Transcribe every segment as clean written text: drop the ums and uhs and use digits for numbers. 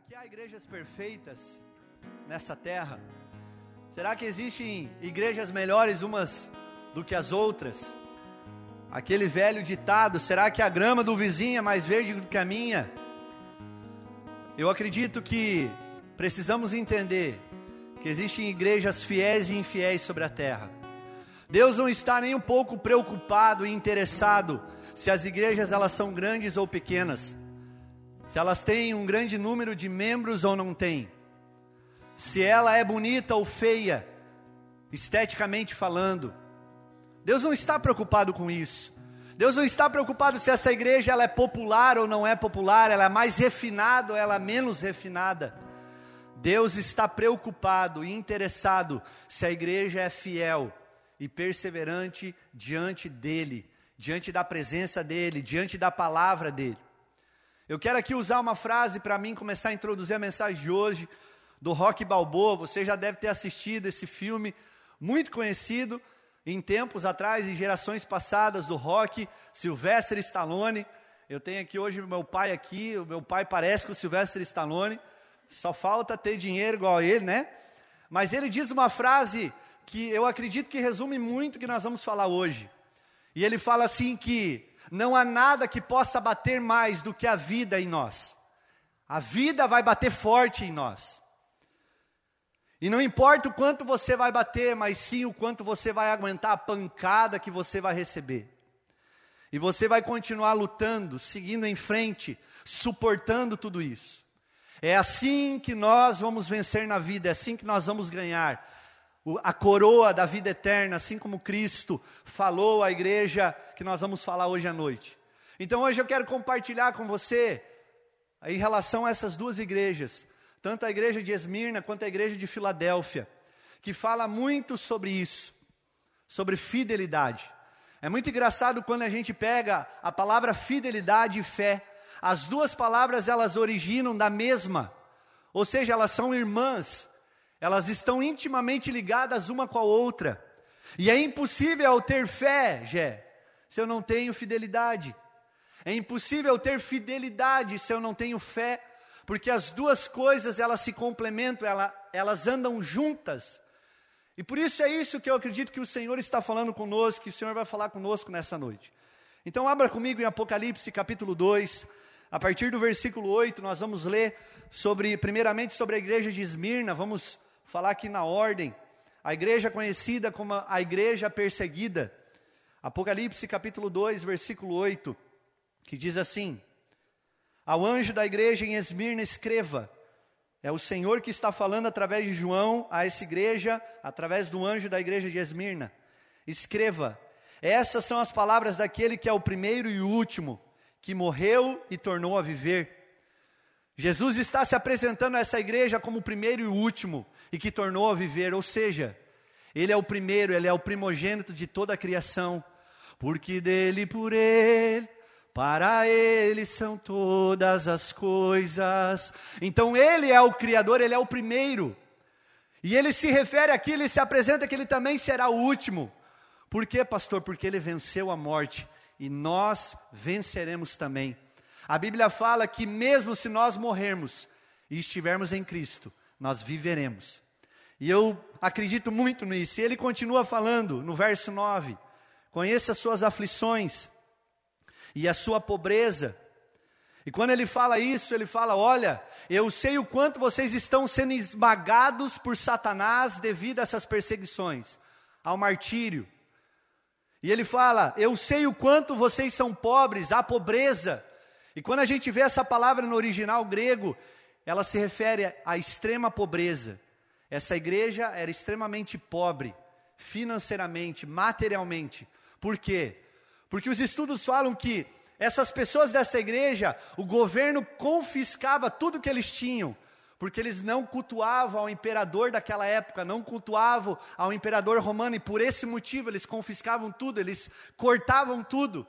que há igrejas perfeitas nessa terra? Será que existem igrejas melhores umas do que as outras? Aquele velho ditado, será que a grama do vizinho é mais verde do que a minha? Eu acredito que precisamos entender que existem igrejas fiéis e infiéis sobre a terra. Deus não está nem um pouco preocupado e interessado se as igrejas elas são grandes ou pequenas, se elas têm um grande número de membros ou não têm, se ela é bonita ou feia, esteticamente falando. Deus não está preocupado com isso. Deus não está preocupado se essa igreja ela é popular ou não é popular, ela é mais refinada ou ela é menos refinada. Deus está preocupado e interessado se a igreja é fiel e perseverante diante dEle, diante da presença dEle, diante da palavra dEle. Eu quero aqui usar uma frase para mim começar a introduzir a mensagem de hoje, do Rocky Balboa. Você já deve ter assistido esse filme, muito conhecido, em tempos atrás, em gerações passadas, do Rocky, Sylvester Stallone. Eu tenho aqui hoje o meu pai aqui, o meu pai parece com o Sylvester Stallone, só falta ter dinheiro igual a ele, né? Mas ele diz uma frase que eu acredito que resume muito o que nós vamos falar hoje. E ele fala assim que não há nada que possa bater mais do que a vida em nós. A vida vai bater forte em nós. E não importa o quanto você vai bater, mas sim o quanto você vai aguentar a pancada que você vai receber. E você vai continuar lutando, seguindo em frente, suportando tudo isso. É assim que nós vamos vencer na vida, é assim que nós vamos ganhar a coroa da vida eterna, assim como Cristo falou à igreja que nós vamos falar hoje à noite. Então hoje eu quero compartilhar com você, em relação a essas duas igrejas, tanto a igreja de Esmirna quanto a igreja de Filadélfia, que fala muito sobre isso, sobre fidelidade. É muito engraçado quando a gente pega a palavra fidelidade e fé. As duas palavras elas originam da mesma, ou seja, elas são irmãs. Elas estão intimamente ligadas uma com a outra. E é impossível eu ter fé, se eu não tenho fidelidade. É impossível ter fidelidade se eu não tenho fé, porque as duas coisas elas se complementam, elas andam juntas. E por isso é isso que eu acredito que o Senhor está falando conosco, que o Senhor vai falar conosco nessa noite. Então abra comigo em Apocalipse capítulo 2, a partir do versículo 8, nós vamos ler primeiramente sobre a igreja de Esmirna. Vamos falar aqui na ordem, a igreja conhecida como a igreja perseguida. Apocalipse capítulo 2, versículo 8, que diz assim: ao anjo da igreja em Esmirna escreva. É o Senhor que está falando através de João a essa igreja, através do anjo da igreja de Esmirna. Escreva, essas são as palavras daquele que é o primeiro e o último, que morreu e tornou a viver. Jesus está se apresentando a essa igreja como o primeiro e o último, e que tornou a viver, ou seja, Ele é o primeiro, Ele é o primogênito de toda a criação, porque dele, por Ele, para Ele são todas as coisas. Então Ele é o Criador, Ele é o primeiro, e Ele se refere aqui, Ele se apresenta que Ele também será o último. Por quê, pastor? Porque Ele venceu a morte, e nós venceremos também. A Bíblia fala que mesmo se nós morrermos e estivermos em Cristo, nós viveremos. E eu acredito muito nisso. E ele continua falando no verso 9: conheça as suas aflições e a sua pobreza. E quando ele fala isso, ele fala: olha, eu sei o quanto vocês estão sendo esmagados por Satanás devido a essas perseguições, ao martírio. E ele fala: eu sei o quanto vocês são pobres, a pobreza. E quando a gente vê essa palavra no original grego, ela se refere à extrema pobreza. Essa igreja era extremamente pobre, financeiramente, materialmente. Por quê? Porque os estudos falam que essas pessoas dessa igreja, o governo confiscava tudo que eles tinham, porque eles não cultuavam ao imperador daquela época, não cultuavam ao imperador romano, e por esse motivo eles confiscavam tudo, eles cortavam tudo.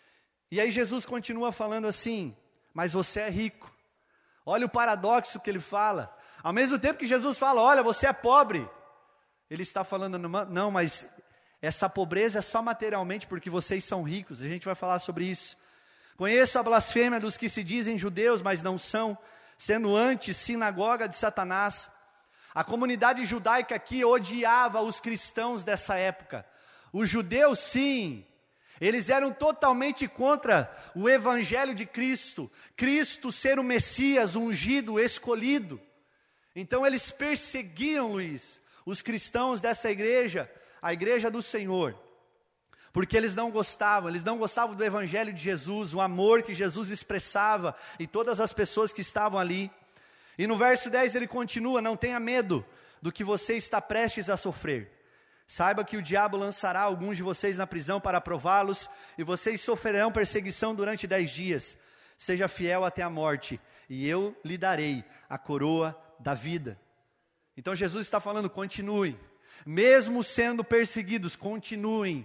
E aí Jesus continua falando assim: mas você é rico. Olha o paradoxo que ele fala. Ao mesmo tempo que Jesus fala: olha, você é pobre, ele está falando: não, mas essa pobreza é só materialmente porque vocês são ricos. A gente vai falar sobre isso. Conheço a blasfêmia dos que se dizem judeus, mas não são, sendo antes sinagoga de Satanás. A comunidade judaica aqui odiava os cristãos dessa época. Os judeus, sim, eles eram totalmente contra o evangelho de Cristo. Cristo ser o Messias, ungido, escolhido. Então eles perseguiam, Luiz, os cristãos dessa igreja, a igreja do Senhor. Porque eles não gostavam do evangelho de Jesus, o amor que Jesus expressava e todas as pessoas que estavam ali. E no verso 10 ele continua: não tenha medo do que você está prestes a sofrer. Saiba que o diabo lançará alguns de vocês na prisão para prová-los, e vocês sofrerão perseguição durante 10 dias. Seja fiel até a morte, e eu lhe darei a coroa da vida. Então Jesus está falando: continuem, mesmo sendo perseguidos, continuem,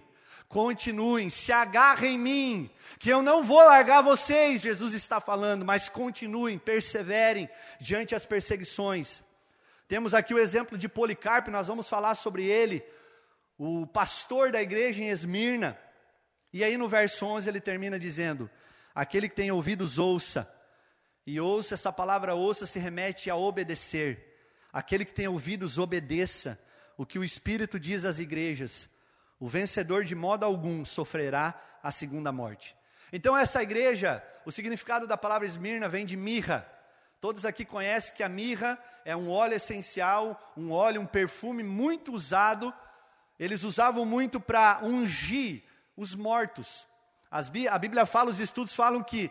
se agarrem em mim, que eu não vou largar vocês, Jesus está falando, mas continuem, perseverem diante das perseguições. Temos aqui o exemplo de Policarpo, nós vamos falar sobre ele, o pastor da igreja em Esmirna. E aí no verso 11 ele termina dizendo: aquele que tem ouvidos ouça. E ouça, essa palavra ouça se remete a obedecer. Aquele que tem ouvidos obedeça o que o Espírito diz às igrejas. O vencedor de modo algum sofrerá a segunda morte. Então essa igreja, o significado da palavra Esmirna vem de mirra. Todos aqui conhecem que a mirra é um óleo essencial, um perfume muito usado. Eles usavam muito para ungir os mortos. A Bíblia fala, os estudos falam que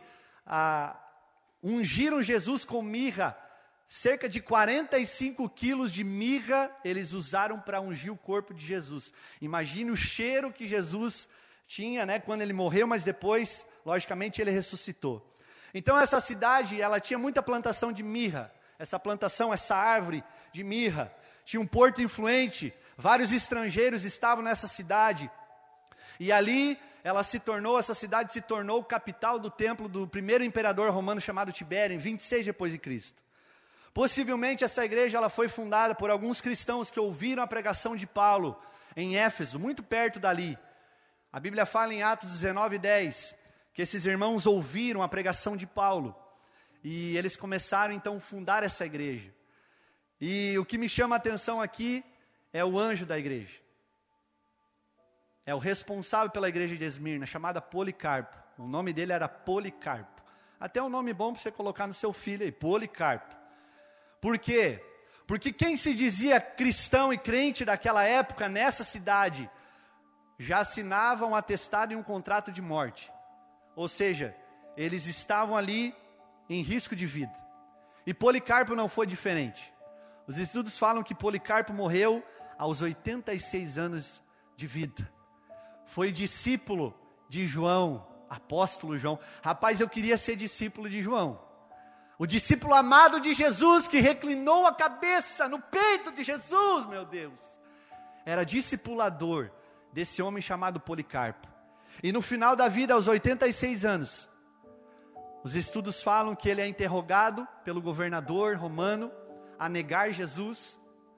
ungiram Jesus com mirra. Cerca de 45 quilos de mirra eles usaram para ungir o corpo de Jesus. Imagine o cheiro que Jesus tinha, né, quando ele morreu, mas depois, logicamente, ele ressuscitou. Então essa cidade, ela tinha muita plantação de mirra. Essa árvore de mirra. Tinha um porto influente, vários estrangeiros estavam nessa cidade. E ali, essa cidade se tornou capital do templo do primeiro imperador romano chamado Tibério, em 26 depois de Cristo. Possivelmente essa igreja ela foi fundada por alguns cristãos que ouviram a pregação de Paulo em Éfeso, muito perto dali. A Bíblia fala em Atos 19:10 que esses irmãos ouviram a pregação de Paulo e eles começaram então a fundar essa igreja. E o que me chama a atenção aqui é o anjo da igreja. É o responsável pela igreja de Esmirna, chamada Policarpo. O nome dele era Policarpo. Até um nome bom para você colocar no seu filho aí, Policarpo. Por quê? Porque quem se dizia cristão e crente daquela época, nessa cidade, já assinava um atestado e um contrato de morte. Ou seja, eles estavam ali em risco de vida. E Policarpo não foi diferente. Os estudos falam que Policarpo morreu aos 86 anos de vida. Foi discípulo de João, apóstolo João. Rapaz, eu queria ser discípulo de João. O discípulo amado de Jesus, que reclinou a cabeça no peito de Jesus, meu Deus. Era discipulador desse homem chamado Policarpo. E no final da vida, aos 86 anos, os estudos falam que ele é interrogado pelo governador romano a negar Jesus.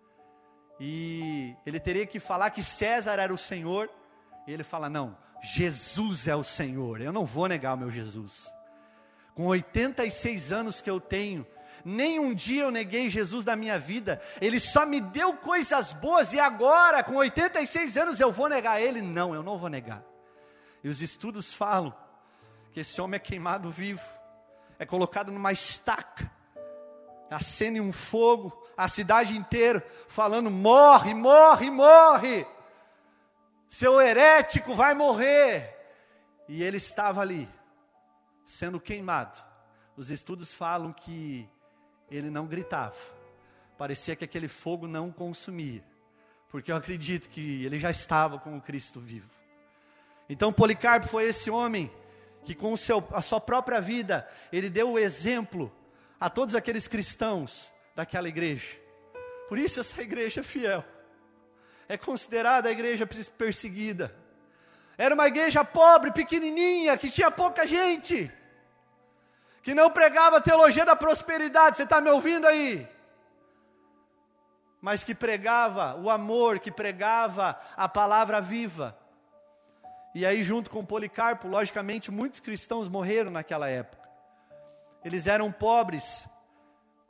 E ele teria que falar que César era o Senhor. E ele fala: não, Jesus é o Senhor, eu não vou negar o meu Jesus. Com 86 anos que eu tenho, nem um dia eu neguei Jesus da minha vida. Ele só me deu coisas boas e agora, com 86 anos, eu vou negar Ele? Não, eu não vou negar. E os estudos falam que esse homem é queimado vivo, é colocado numa estaca, acende um fogo, a cidade inteira falando: morre, morre, morre, seu herético vai morrer. E ele estava ali, sendo queimado. Os estudos falam que ele não gritava. Parecia que aquele fogo não consumia. Porque eu acredito que ele já estava com o Cristo vivo. Então Policarpo foi esse homem que com a sua própria vida, ele deu o exemplo a todos aqueles cristãos daquela igreja. Por isso essa igreja fiel é considerada a igreja perseguida. Era uma igreja pobre, pequenininha, que tinha pouca gente, que não pregava a teologia da prosperidade, você está me ouvindo aí? Mas que pregava o amor, que pregava a palavra viva. E aí junto com Policarpo, logicamente, muitos cristãos morreram naquela época. Eles eram pobres,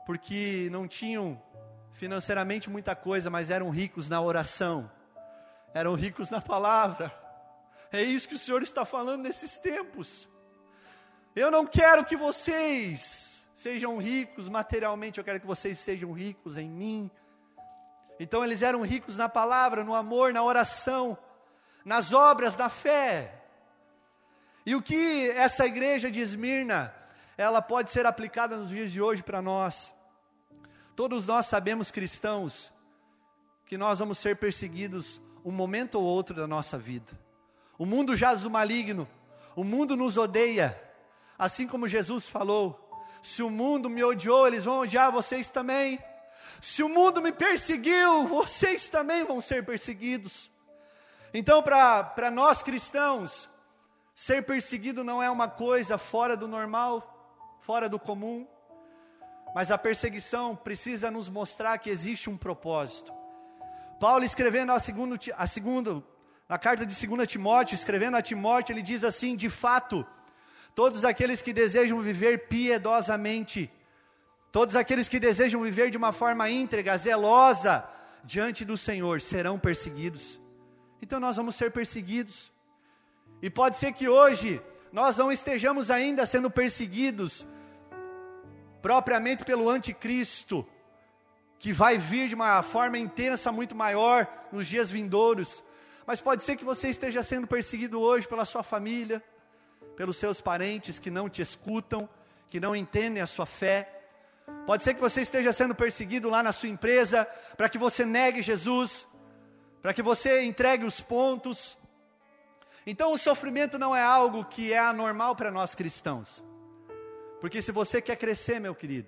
porque não tinham financeiramente muita coisa, mas eram ricos na oração, eram ricos na palavra. É isso que o Senhor está falando nesses tempos. Eu não quero que vocês sejam ricos materialmente, eu quero que vocês sejam ricos em mim. Então eles eram ricos na palavra, no amor, na oração, nas obras da fé. E o que essa igreja de Esmirna, ela pode ser aplicada nos dias de hoje para nós? Todos nós sabemos, cristãos, que nós vamos ser perseguidos um momento ou outro da nossa vida. O mundo jaz do maligno, o mundo nos odeia, assim como Jesus falou: se o mundo me odiou, eles vão odiar vocês também. Se o mundo me perseguiu, vocês também vão ser perseguidos. Então, para nós cristãos, ser perseguido não é uma coisa fora do normal, fora do comum, mas a perseguição precisa nos mostrar que existe um propósito. Paulo, escrevendo na carta de 2 Timóteo, escrevendo a Timóteo, ele diz assim: de fato, todos aqueles que desejam viver piedosamente, todos aqueles que desejam viver de uma forma íntegra, zelosa, diante do Senhor, serão perseguidos. Então nós vamos ser perseguidos. E pode ser que hoje nós não estejamos ainda sendo perseguidos propriamente pelo anticristo, que vai vir de uma forma intensa muito maior nos dias vindouros. Mas pode ser que você esteja sendo perseguido hoje pela sua família, pelos seus parentes que não te escutam, que não entendem a sua fé. Pode ser que você esteja sendo perseguido lá na sua empresa, para que você negue Jesus, para que você entregue os pontos. Então o sofrimento não é algo que é anormal para nós cristãos. Porque se você quer crescer, meu querido,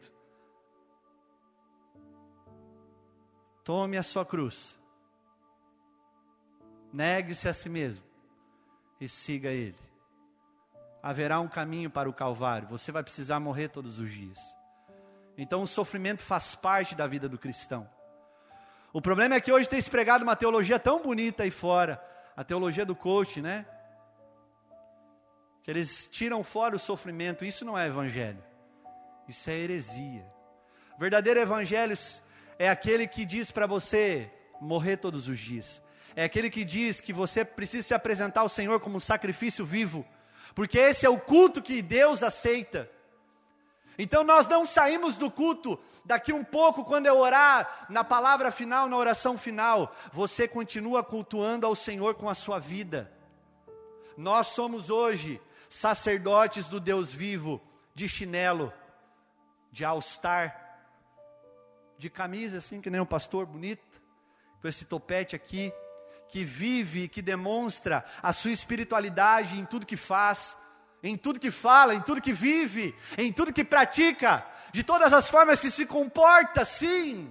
tome a sua cruz, negue-se a si mesmo e siga Ele. Haverá um caminho para o Calvário, você vai precisar morrer todos os dias. Então o sofrimento faz parte da vida do cristão. O problema é que hoje tem se pregado uma teologia tão bonita aí fora, a teologia do coach, né? Que eles tiram fora o sofrimento. Isso não é evangelho, isso é heresia. O verdadeiro evangelho é aquele que diz para você morrer todos os dias. É aquele que diz que você precisa se apresentar ao Senhor como um sacrifício vivo, porque esse é o culto que Deus aceita. Então nós não saímos do culto, daqui um pouco quando eu orar, na palavra final, na oração final, você continua cultuando ao Senhor com a sua vida. Nós somos hoje sacerdotes do Deus vivo, de chinelo, de all-star, de camisa assim que nem um pastor bonito, com esse topete aqui, que vive, que demonstra a sua espiritualidade em tudo que faz, em tudo que fala, em tudo que vive, em tudo que pratica, de todas as formas que se comporta, sim.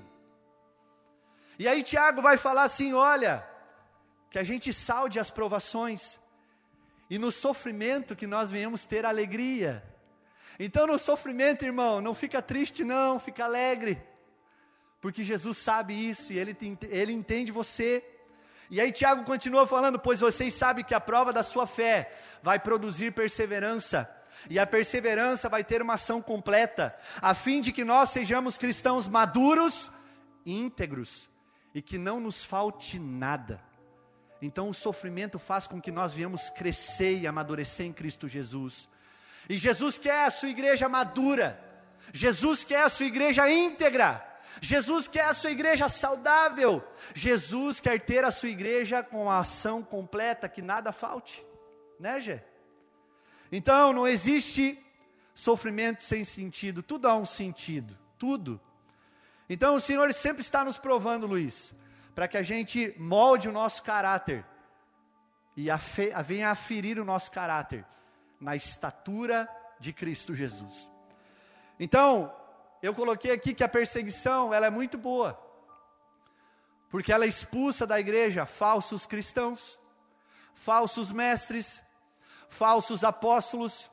E aí Tiago vai falar assim: olha, que a gente salde as provações, e no sofrimento que nós venhamos ter alegria. Então no sofrimento, irmão, não fica triste não, fica alegre, porque Jesus sabe isso, e Ele entende você. E aí Tiago continua falando: pois vocês sabem que a prova da sua fé vai produzir perseverança, e a perseverança vai ter uma ação completa, a fim de que nós sejamos cristãos maduros, íntegros, e que não nos falte nada. Então o sofrimento faz com que nós venhamos crescer e amadurecer em Cristo Jesus. E Jesus quer a sua igreja madura, Jesus quer a sua igreja íntegra, Jesus quer a sua igreja saudável, Jesus quer ter a sua igreja com a ação completa, que nada falte, né, Gê? Então não existe sofrimento sem sentido, tudo há um sentido, tudo. Então o Senhor sempre está nos provando, Luiz, para que a gente molde o nosso caráter, e venha aferir o nosso caráter, na estatura de Cristo Jesus. Então, eu coloquei aqui que a perseguição, ela é muito boa, porque ela expulsa da igreja falsos cristãos, falsos mestres, falsos apóstolos,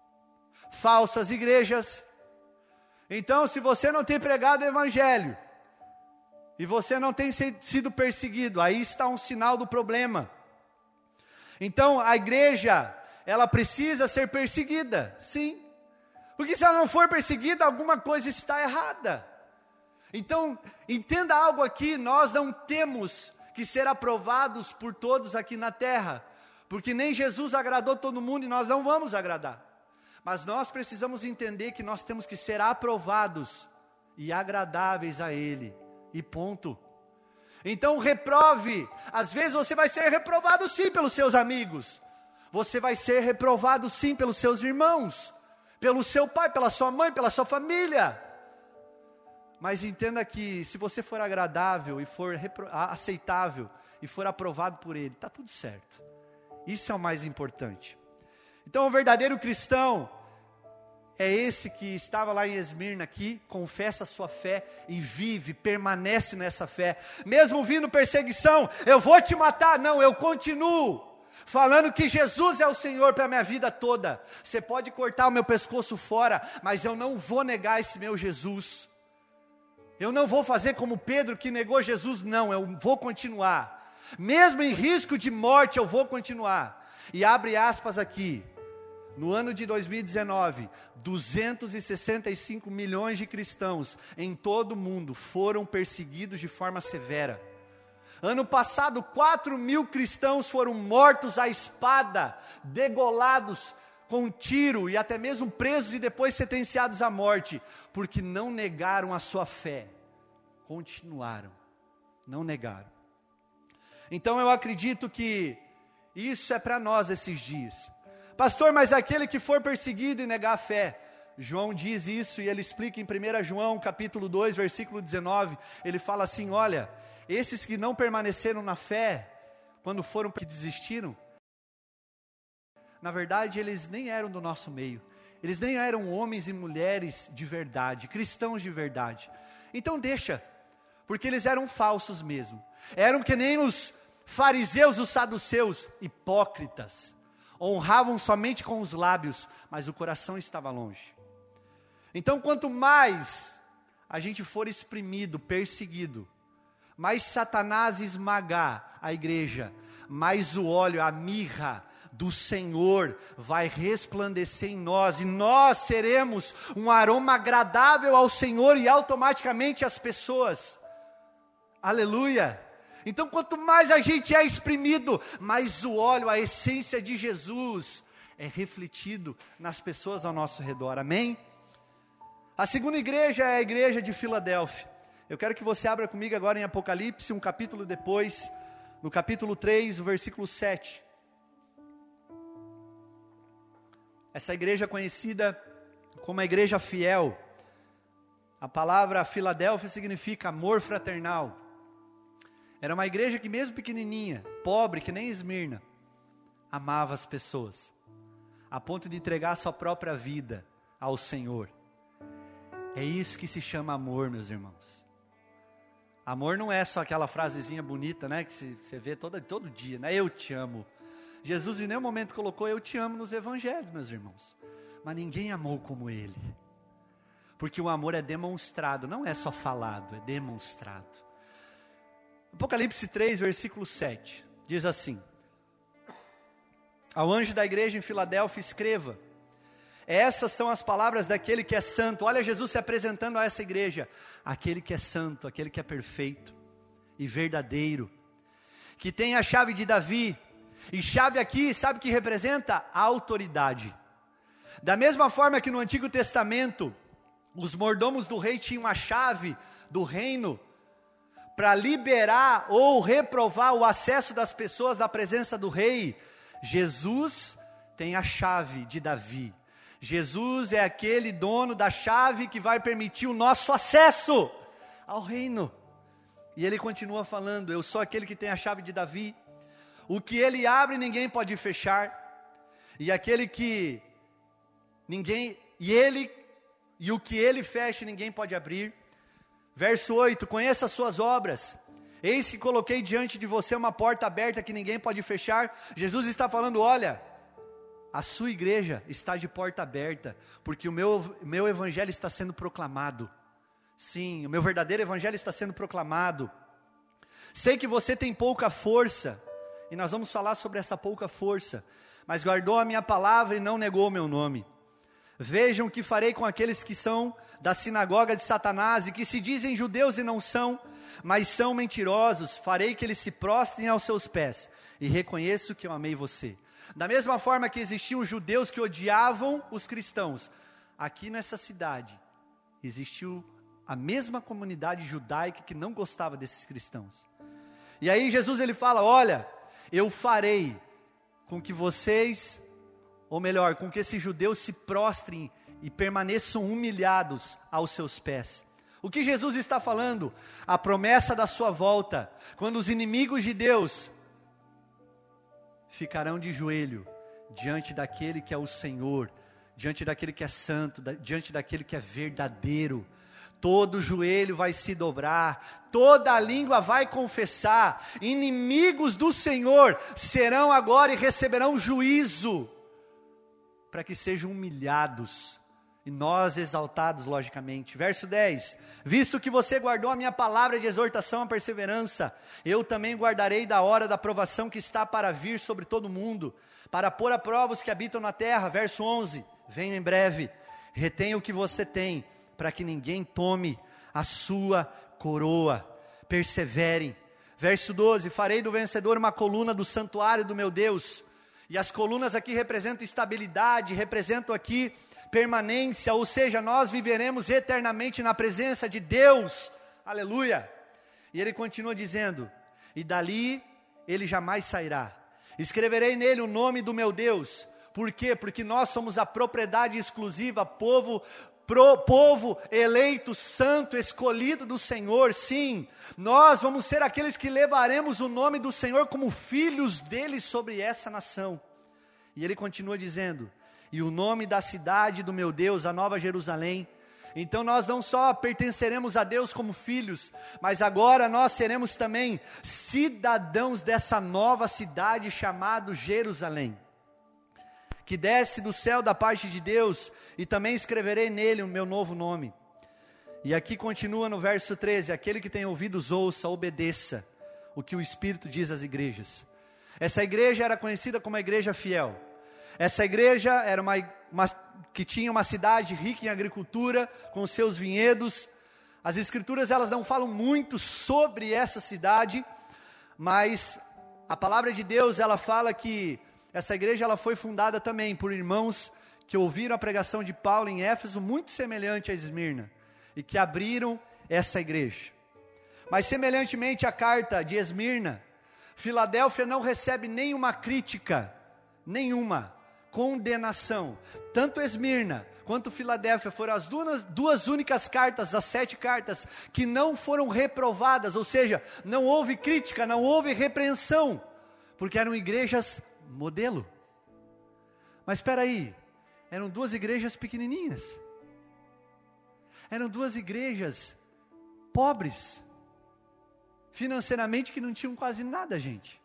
falsas igrejas. Então, se você não tem pregado o evangelho, e você não tem sido perseguido, aí está um sinal do problema. Então, a igreja, ela precisa ser perseguida, sim, Porque se ela não for perseguida, alguma coisa está errada. Então, entenda algo aqui, nós não temos que ser aprovados por todos aqui na terra, porque nem Jesus agradou todo mundo e nós não vamos agradar. Mas nós precisamos entender que nós temos que ser aprovados e agradáveis a Ele, e ponto. Então reprove, às vezes você vai ser reprovado sim pelos seus amigos, você vai ser reprovado sim pelos seus irmãos, pelo seu pai, pela sua mãe, pela sua família. Mas entenda que se você for agradável e for aceitável e for aprovado por Ele, está tudo certo. Isso é o mais importante. Então o verdadeiro cristão é esse que estava lá em Esmirna aqui, confessa a sua fé e vive, permanece nessa fé. Mesmo vindo perseguição, eu vou te matar, não, eu continuo falando que Jesus é o Senhor para a minha vida toda. Você pode cortar o meu pescoço fora, mas eu não vou negar esse meu Jesus. Eu não vou fazer como Pedro que negou Jesus, não, eu vou continuar. Mesmo em risco de morte, eu vou continuar. E abre aspas aqui, no ano de 2019, 265 milhões de cristãos em todo o mundo foram perseguidos de forma severa. Ano passado, 4 mil cristãos foram mortos à espada, degolados com tiro e até mesmo presos e depois sentenciados à morte, porque não negaram a sua fé, continuaram, não negaram. Então eu acredito que isso é para nós esses dias. Pastor, mas aquele que for perseguido e negar a fé, João diz isso e ele explica em 1 João capítulo 2, versículo 19, ele fala assim, olha, esses que não permaneceram na fé, quando foram que desistiram, na verdade, eles nem eram do nosso meio. Eles nem eram homens e mulheres de verdade, cristãos de verdade. Então deixa, porque eles eram falsos mesmo. Eram que nem os fariseus, os saduceus, hipócritas. Honravam somente com os lábios, mas o coração estava longe. Então quanto mais a gente for exprimido, perseguido, mais Satanás esmagar a igreja, mais o óleo, a mirra do Senhor vai resplandecer em nós, e nós seremos um aroma agradável ao Senhor e automaticamente às pessoas. Aleluia! Então quanto mais a gente é exprimido, mais o óleo, a essência de Jesus é refletido nas pessoas ao nosso redor, amém? A segunda igreja é a igreja de Filadélfia. Eu quero que você abra comigo agora em Apocalipse, um capítulo depois, no capítulo 3, o versículo 7. Essa igreja conhecida como a igreja fiel. A palavra Filadélfia significa amor fraternal. Era uma igreja que mesmo pequenininha, pobre, que nem Esmirna, amava as pessoas, a ponto de entregar sua própria vida ao Senhor. É isso que se chama amor, meus irmãos. Amor não é só aquela frasezinha bonita, né, que você vê todo dia, né, eu te amo. Jesus em nenhum momento colocou eu te amo nos evangelhos, meus irmãos. Mas ninguém amou como Ele. Porque o amor é demonstrado, não é só falado, é demonstrado. Apocalipse 3, versículo 7, diz assim: ao anjo da igreja em Filadélfia escreva, essas são as palavras daquele que é santo. Olha Jesus se apresentando a essa igreja. Aquele que é santo, aquele que é perfeito e verdadeiro, que tem a chave de Davi. E chave aqui, sabe o que representa? A autoridade. Da mesma forma que no Antigo Testamento, os mordomos do rei tinham a chave do reino para liberar ou reprovar o acesso das pessoas da presença do rei, Jesus tem a chave de Davi. Jesus é aquele dono da chave que vai permitir o nosso acesso ao reino. E ele continua falando, eu sou aquele que tem a chave de Davi. O que ele abre, ninguém pode fechar. E aquele que o que ele fecha, ninguém pode abrir. Verso 8, conheça as suas obras. Eis que coloquei diante de você uma porta aberta que ninguém pode fechar. Jesus está falando, olha, a sua igreja está de porta aberta, porque o meu evangelho está sendo proclamado. Sim, o meu verdadeiro evangelho está sendo proclamado. Sei que você tem pouca força, e nós vamos falar sobre essa pouca força, mas guardou a minha palavra e não negou o meu nome. Vejam o que farei com aqueles que são da sinagoga de Satanás e que se dizem judeus e não são, mas são mentirosos. Farei que eles se prostrem aos seus pés e reconheço que eu amei você. Da mesma forma que existiam judeus que odiavam os cristãos, aqui nessa cidade existiu a mesma comunidade judaica que não gostava desses cristãos. E aí Jesus ele fala, olha, eu farei com que vocês, ou melhor, com que esses judeus se prostrem e permaneçam humilhados aos seus pés. O que Jesus está falando? A promessa da sua volta, quando os inimigos de Deus ficarão de joelho diante daquele que é o Senhor, diante daquele que é santo, diante daquele que é verdadeiro. Todo joelho vai se dobrar, toda a língua vai confessar. Inimigos do Senhor serão agora e receberão juízo, para que sejam humilhados, e nós exaltados logicamente. Verso 10, visto que você guardou a minha palavra de exortação à perseverança, eu também guardarei da hora da provação que está para vir sobre todo o mundo, para pôr à prova os que habitam na terra. Verso 11, venho em breve, retenha o que você tem, para que ninguém tome a sua coroa. Perseverem. Verso 12, farei do vencedor uma coluna do santuário do meu Deus. E as colunas aqui representam estabilidade, representam aqui permanência, ou seja, nós viveremos eternamente na presença de Deus. Aleluia. E ele continua dizendo, e dali ele jamais sairá. Escreverei nele o nome do meu Deus. Por quê? Porque nós somos a propriedade exclusiva, povo eleito, santo, escolhido do Senhor. Sim, nós vamos ser aqueles que levaremos o nome do Senhor como filhos dele sobre essa nação. E ele continua dizendo, e o nome da cidade do meu Deus, a Nova Jerusalém. Então nós não só pertenceremos a Deus como filhos, mas agora nós seremos também cidadãos dessa nova cidade chamada Jerusalém, que desce do céu da parte de Deus, e também escreverei nele o meu novo nome. E aqui continua no verso 13, aquele que tem ouvidos ouça, obedeça o que o Espírito diz às igrejas. Essa igreja era conhecida como a igreja fiel. Essa igreja era que tinha uma cidade rica em agricultura, com seus vinhedos. As escrituras elas não falam muito sobre essa cidade, mas a palavra de Deus ela fala que essa igreja ela foi fundada também por irmãos que ouviram a pregação de Paulo em Éfeso, muito semelhante a Esmirna, e que abriram essa igreja. Mas semelhantemente à carta de Esmirna, Filadélfia não recebe nenhuma crítica, nenhuma condenação. Tanto Esmirna quanto Filadélfia foram as duas únicas cartas, das 7 cartas, que não foram reprovadas, ou seja, não houve crítica, não houve repreensão, porque eram igrejas modelo. Mas espera aí, eram 2 igrejas pequenininhas, eram 2 igrejas pobres, financeiramente que não tinham quase nada, gente.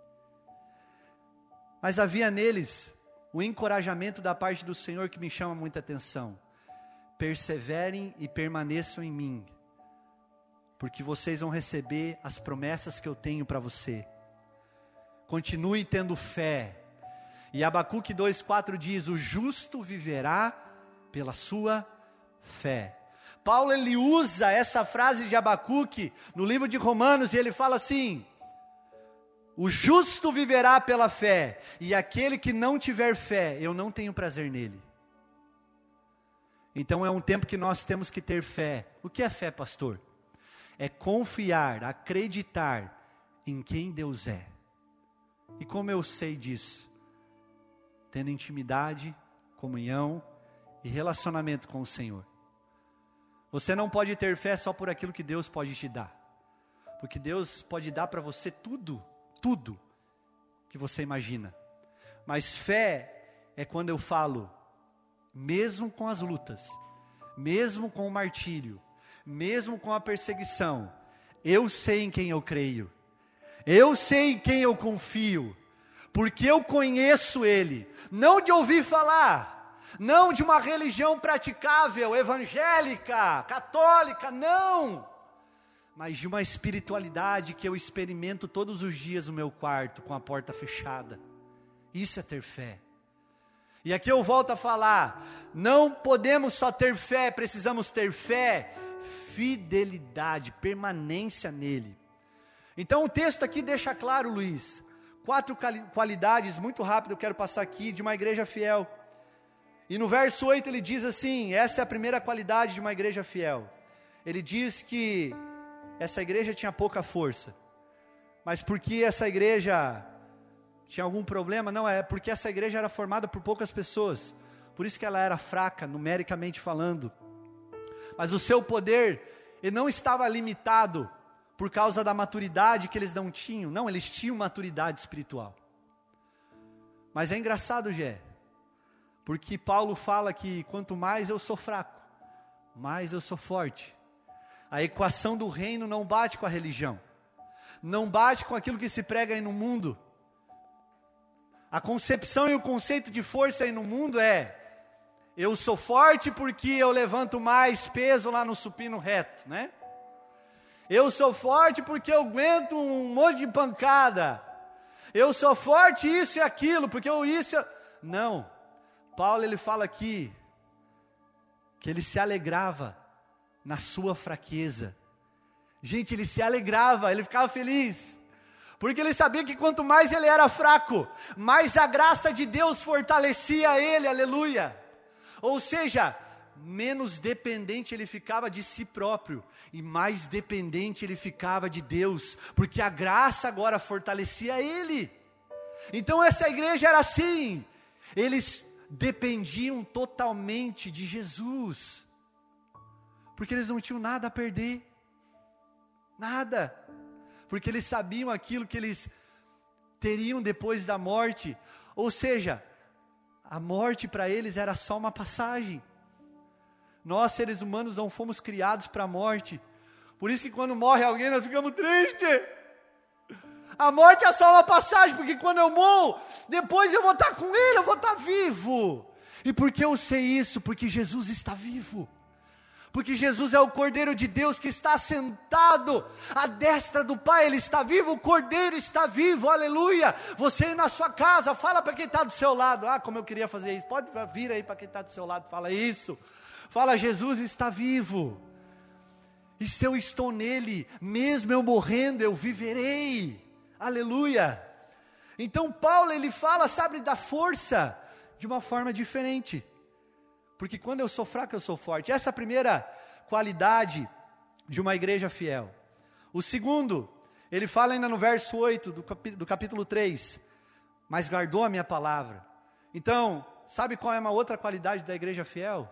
Mas havia neles o encorajamento da parte do Senhor que me chama muita atenção. Perseverem e permaneçam em mim, porque vocês vão receber as promessas que eu tenho para você. Continue tendo fé. E Abacuque 2,4 diz, o justo viverá pela sua fé. Paulo ele usa essa frase de Abacuque no livro de Romanos e ele fala assim, o justo viverá pela fé, e aquele que não tiver fé, eu não tenho prazer nele. Então é um tempo que nós temos que ter fé. O que é fé, pastor? É confiar, acreditar em quem Deus é. E como eu sei disso? Tendo intimidade, comunhão e relacionamento com o Senhor. Você não pode ter fé só por aquilo que Deus pode te dar. Porque Deus pode dar para você tudo que você imagina. Mas fé é quando eu falo, mesmo com as lutas, mesmo com o martírio, mesmo com a perseguição, eu sei em quem eu creio. Eu sei em quem eu confio, porque eu conheço Ele, não de ouvir falar, não de uma religião praticável, evangélica, católica, não, mas de uma espiritualidade que eu experimento todos os dias no meu quarto, com a porta fechada. Isso é ter fé. E aqui eu volto a falar, não podemos só ter fé, precisamos ter fé, fidelidade, permanência nele. Então o texto aqui deixa claro, Luiz, 4 qualidades, muito rápido eu quero passar aqui, de uma igreja fiel. E no verso 8 ele diz assim, essa é a primeira qualidade de uma igreja fiel. Ele diz que essa igreja tinha pouca força. Mas porque essa igreja tinha algum problema? Não, é porque essa igreja era formada por poucas pessoas. Por isso que ela era fraca, numericamente falando. Mas o seu poder, ele não estava limitado por causa da maturidade que eles não tinham. Não, eles tinham maturidade espiritual. Mas é engraçado, Gé, porque Paulo fala que quanto mais eu sou fraco, mais eu sou forte. A equação do reino não bate com a religião. Não bate com aquilo que se prega aí no mundo. A concepção e o conceito de força aí no mundo é: eu sou forte porque eu levanto mais peso lá no supino reto, né? Eu sou forte porque eu aguento um monte de pancada. Eu sou forte isso e aquilo, porque eu isso... Não. Paulo ele fala aqui que ele se alegrava na sua fraqueza. Gente, ele se alegrava, ele ficava feliz. Porque ele sabia que quanto mais ele era fraco, mais a graça de Deus fortalecia ele, aleluia. Ou seja, menos dependente ele ficava de si próprio, e mais dependente ele ficava de Deus, porque a graça agora fortalecia ele. Então essa igreja era assim, eles dependiam totalmente de Jesus, porque eles não tinham nada a perder, nada, porque eles sabiam aquilo que eles teriam depois da morte, ou seja, a morte para eles era só uma passagem. Nós seres humanos não fomos criados para a morte, por isso que quando morre alguém nós ficamos tristes. A morte é só uma passagem, porque quando eu morro, depois eu vou estar com ele, eu vou estar vivo. E por que eu sei isso? Porque Jesus está vivo. Porque Jesus é o Cordeiro de Deus que está sentado à destra do Pai, Ele está vivo, o Cordeiro está vivo, aleluia. Você aí na sua casa, fala para quem está do seu lado, como eu queria fazer isso, pode vir aí para quem está do seu lado, fala isso. Fala, Jesus está vivo, e se eu estou nele, mesmo eu morrendo, eu viverei, aleluia. Então Paulo ele fala, sabe, da força, de uma forma diferente. Porque quando eu sou fraco, eu sou forte. Essa é a primeira qualidade de uma igreja fiel. O segundo, ele fala ainda no verso 8 do capítulo 3. Mas guardou a minha palavra. Então, sabe qual é uma outra qualidade da igreja fiel?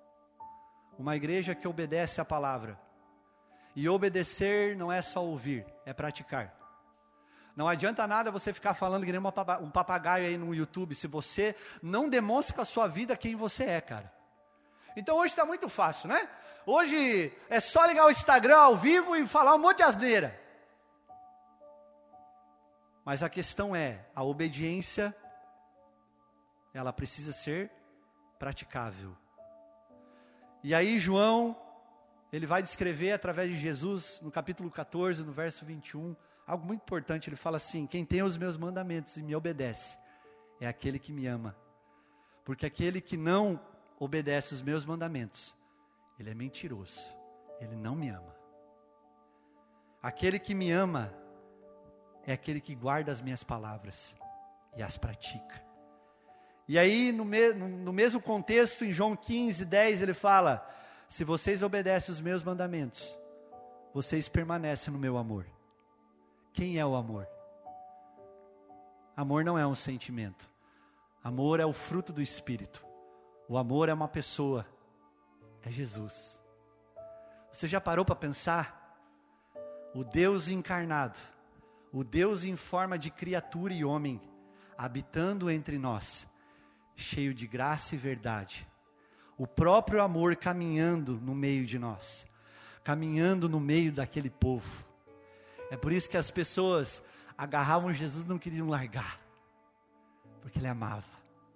Uma igreja que obedece a palavra. E obedecer não é só ouvir, é praticar. Não adianta nada você ficar falando que nem um papagaio aí no YouTube, se você não demonstra com a sua vida quem você é, cara. Então hoje está muito fácil, né? Hoje é só ligar o Instagram ao vivo e falar um monte de asneira. Mas a questão é, a obediência, ela precisa ser praticável. E aí João, ele vai descrever através de Jesus, no capítulo 14, no verso 21, algo muito importante. Ele fala assim: quem tem os meus mandamentos e me obedece, é aquele que me ama. Porque aquele que não obedece os meus mandamentos, ele é mentiroso, ele não me ama. Aquele que me ama, é aquele que guarda as minhas palavras e as pratica. E aí no mesmo contexto, em João 15, 10, ele fala: se vocês obedecem os meus mandamentos, vocês permanecem no meu amor. Quem é o amor? Amor não é um sentimento. Amor é o fruto do Espírito. O amor é uma pessoa. É Jesus. Você já parou para pensar? O Deus encarnado, o Deus em forma de criatura e homem, habitando entre nós, cheio de graça e verdade. O próprio amor caminhando no meio de nós, caminhando no meio daquele povo. É por isso que as pessoas agarravam Jesus e não queriam largar, porque Ele amava.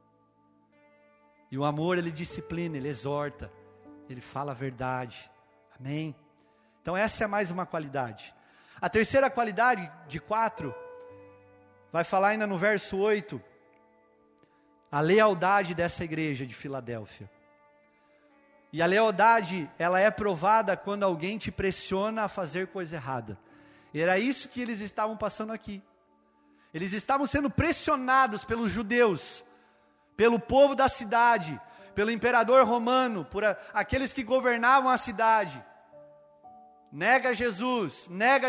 E o amor, ele disciplina, ele exorta, ele fala a verdade, amém? Então essa é mais uma qualidade. A terceira qualidade, de 4, vai falar ainda no verso 8, a lealdade dessa igreja de Filadélfia. E a lealdade, ela é provada quando alguém te pressiona a fazer coisa errada. E era isso que eles estavam passando aqui. Eles estavam sendo pressionados pelos judeus, pelo povo da cidade, pelo imperador romano, por aqueles que governavam a cidade. Nega Jesus,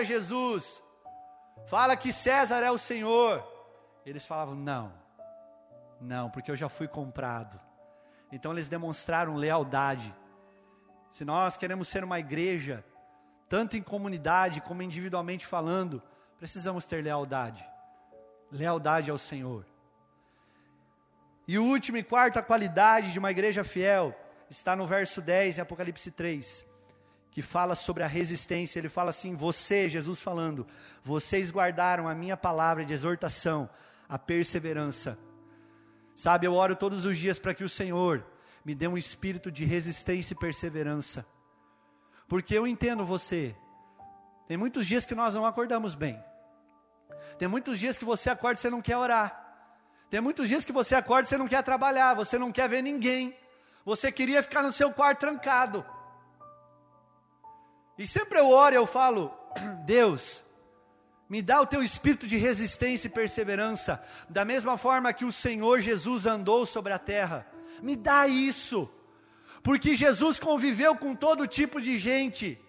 fala que César é o Senhor. Eles falavam, não, porque eu já fui comprado. Então eles demonstraram lealdade. Se nós queremos ser uma igreja, tanto em comunidade como individualmente falando, precisamos ter lealdade. Lealdade ao Senhor. E o último e quarta qualidade de uma igreja fiel está no verso 10 em Apocalipse 3, que fala sobre a resistência. Ele fala assim, Jesus falando, vocês guardaram a minha palavra de exortação, a perseverança. Sabe, eu oro todos os dias para que o Senhor me dê um espírito de resistência e perseverança. Porque eu entendo você. Tem muitos dias que nós não acordamos bem. Tem muitos dias que você acorda e você não quer orar. Tem muitos dias que você acorda e você não quer trabalhar, você não quer ver ninguém. Você queria ficar no seu quarto trancado. E sempre eu oro e eu falo, Deus, me dá o teu espírito de resistência e perseverança, da mesma forma que o Senhor Jesus andou sobre a terra. Me dá isso, porque Jesus conviveu com todo tipo de gente.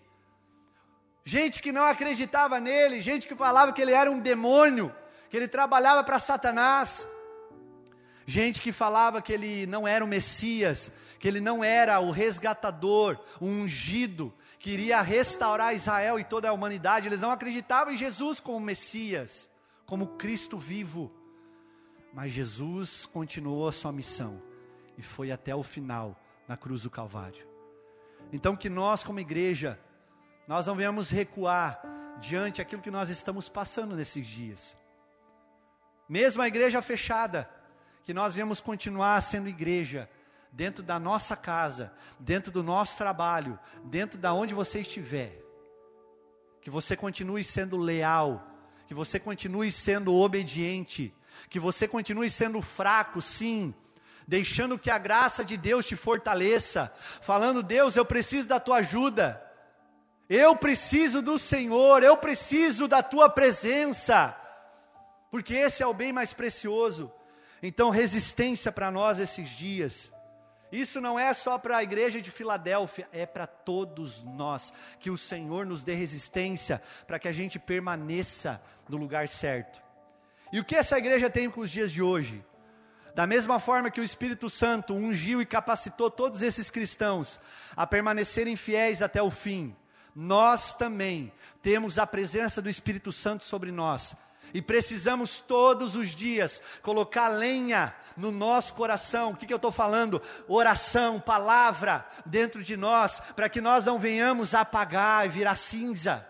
Gente que não acreditava nele, gente que falava que ele era um demônio, que ele trabalhava para Satanás. Gente que falava que ele não era o Messias, que ele não era o resgatador, o ungido, que iria restaurar Israel e toda a humanidade. Eles não acreditavam em Jesus como Messias, como Cristo vivo. Mas Jesus continuou a sua missão e foi até o final na cruz do Calvário. Então que nós como igreja, nós não venhamos recuar diante daquilo que nós estamos passando nesses dias. Mesmo a igreja fechada, que nós venhamos continuar sendo igreja, dentro da nossa casa, dentro do nosso trabalho, dentro da onde você estiver. Que você continue sendo leal, que você continue sendo obediente, que você continue sendo fraco, sim, deixando que a graça de Deus te fortaleça, falando, Deus, eu preciso da tua ajuda, eu preciso do Senhor, eu preciso da tua presença, porque esse é o bem mais precioso. Então, resistência para nós esses dias. Isso não é só para a igreja de Filadélfia, é para todos nós. Que o Senhor nos dê resistência para que a gente permaneça no lugar certo. E o que essa igreja tem com os dias de hoje? Da mesma forma que o Espírito Santo ungiu e capacitou todos esses cristãos a permanecerem fiéis até o fim, nós também temos a presença do Espírito Santo sobre nós. E precisamos todos os dias colocar lenha no nosso coração. O que eu estou falando? Oração, palavra dentro de nós, para que nós não venhamos a apagar e virar cinza.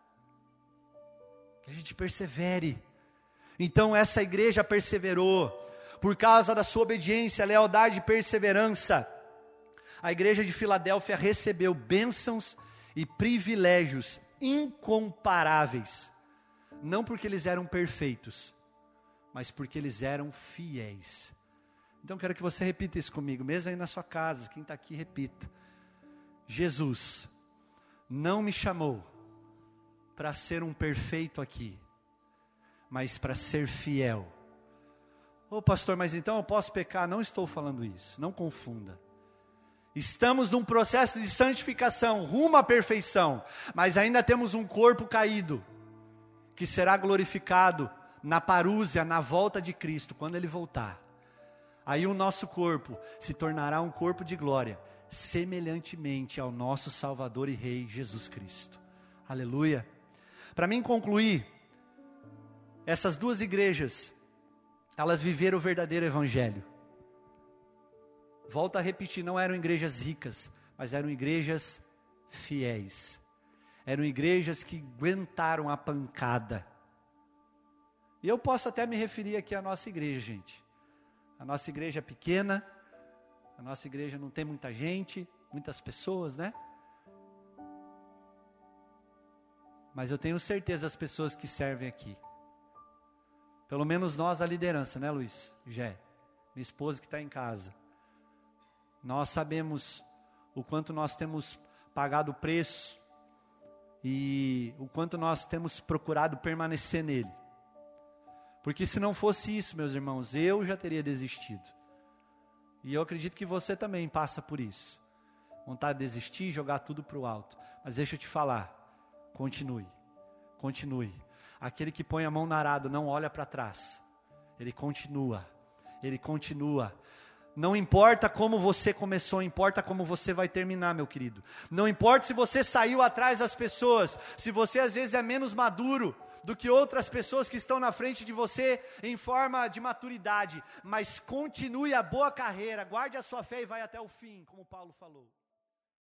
Que a gente persevere. Então essa igreja perseverou, por causa da sua obediência, lealdade e perseverança. A igreja de Filadélfia recebeu bênçãos e privilégios incomparáveis. Não porque eles eram perfeitos, mas porque eles eram fiéis. Então quero que você repita isso comigo, mesmo aí na sua casa, quem está aqui repita. Jesus não me chamou para ser um perfeito aqui, mas para ser fiel. Ô pastor, mas então eu posso pecar? Não estou falando isso, não confunda. Estamos num processo de santificação, rumo à perfeição, mas ainda temos um corpo caído, que será glorificado na parúzia, na volta de Cristo, quando Ele voltar. Aí o nosso corpo se tornará um corpo de glória, semelhantemente ao nosso Salvador e Rei Jesus Cristo. Aleluia. Para mim concluir, essas duas igrejas, elas viveram o verdadeiro evangelho. Volto a repetir, não eram igrejas ricas, mas eram igrejas fiéis. Eram igrejas que aguentaram a pancada. E eu posso até me referir aqui à nossa igreja, gente. A nossa igreja é pequena, a nossa igreja não tem muita gente, muitas pessoas, né? Mas eu tenho certeza das pessoas que servem aqui. Pelo menos nós, a liderança, né, Luiz? Jé. minha esposa que está em casa, nós sabemos o quanto nós temos pagado o preço e o quanto nós temos procurado permanecer nele. Porque se não fosse isso, meus irmãos, eu já teria desistido. E eu acredito que você também passa por isso. Vontade de desistir e jogar tudo para o alto. Mas deixa eu te falar, continue, continue. Aquele que põe a mão no arado não olha para trás. Ele continua, ele continua. Não importa como você começou, importa como você vai terminar, meu querido. Não importa se você saiu atrás das pessoas, se você às vezes é menos maduro do que outras pessoas que estão na frente de você em forma de maturidade, mas continue a boa carreira, guarde a sua fé e vai até o fim, como Paulo falou.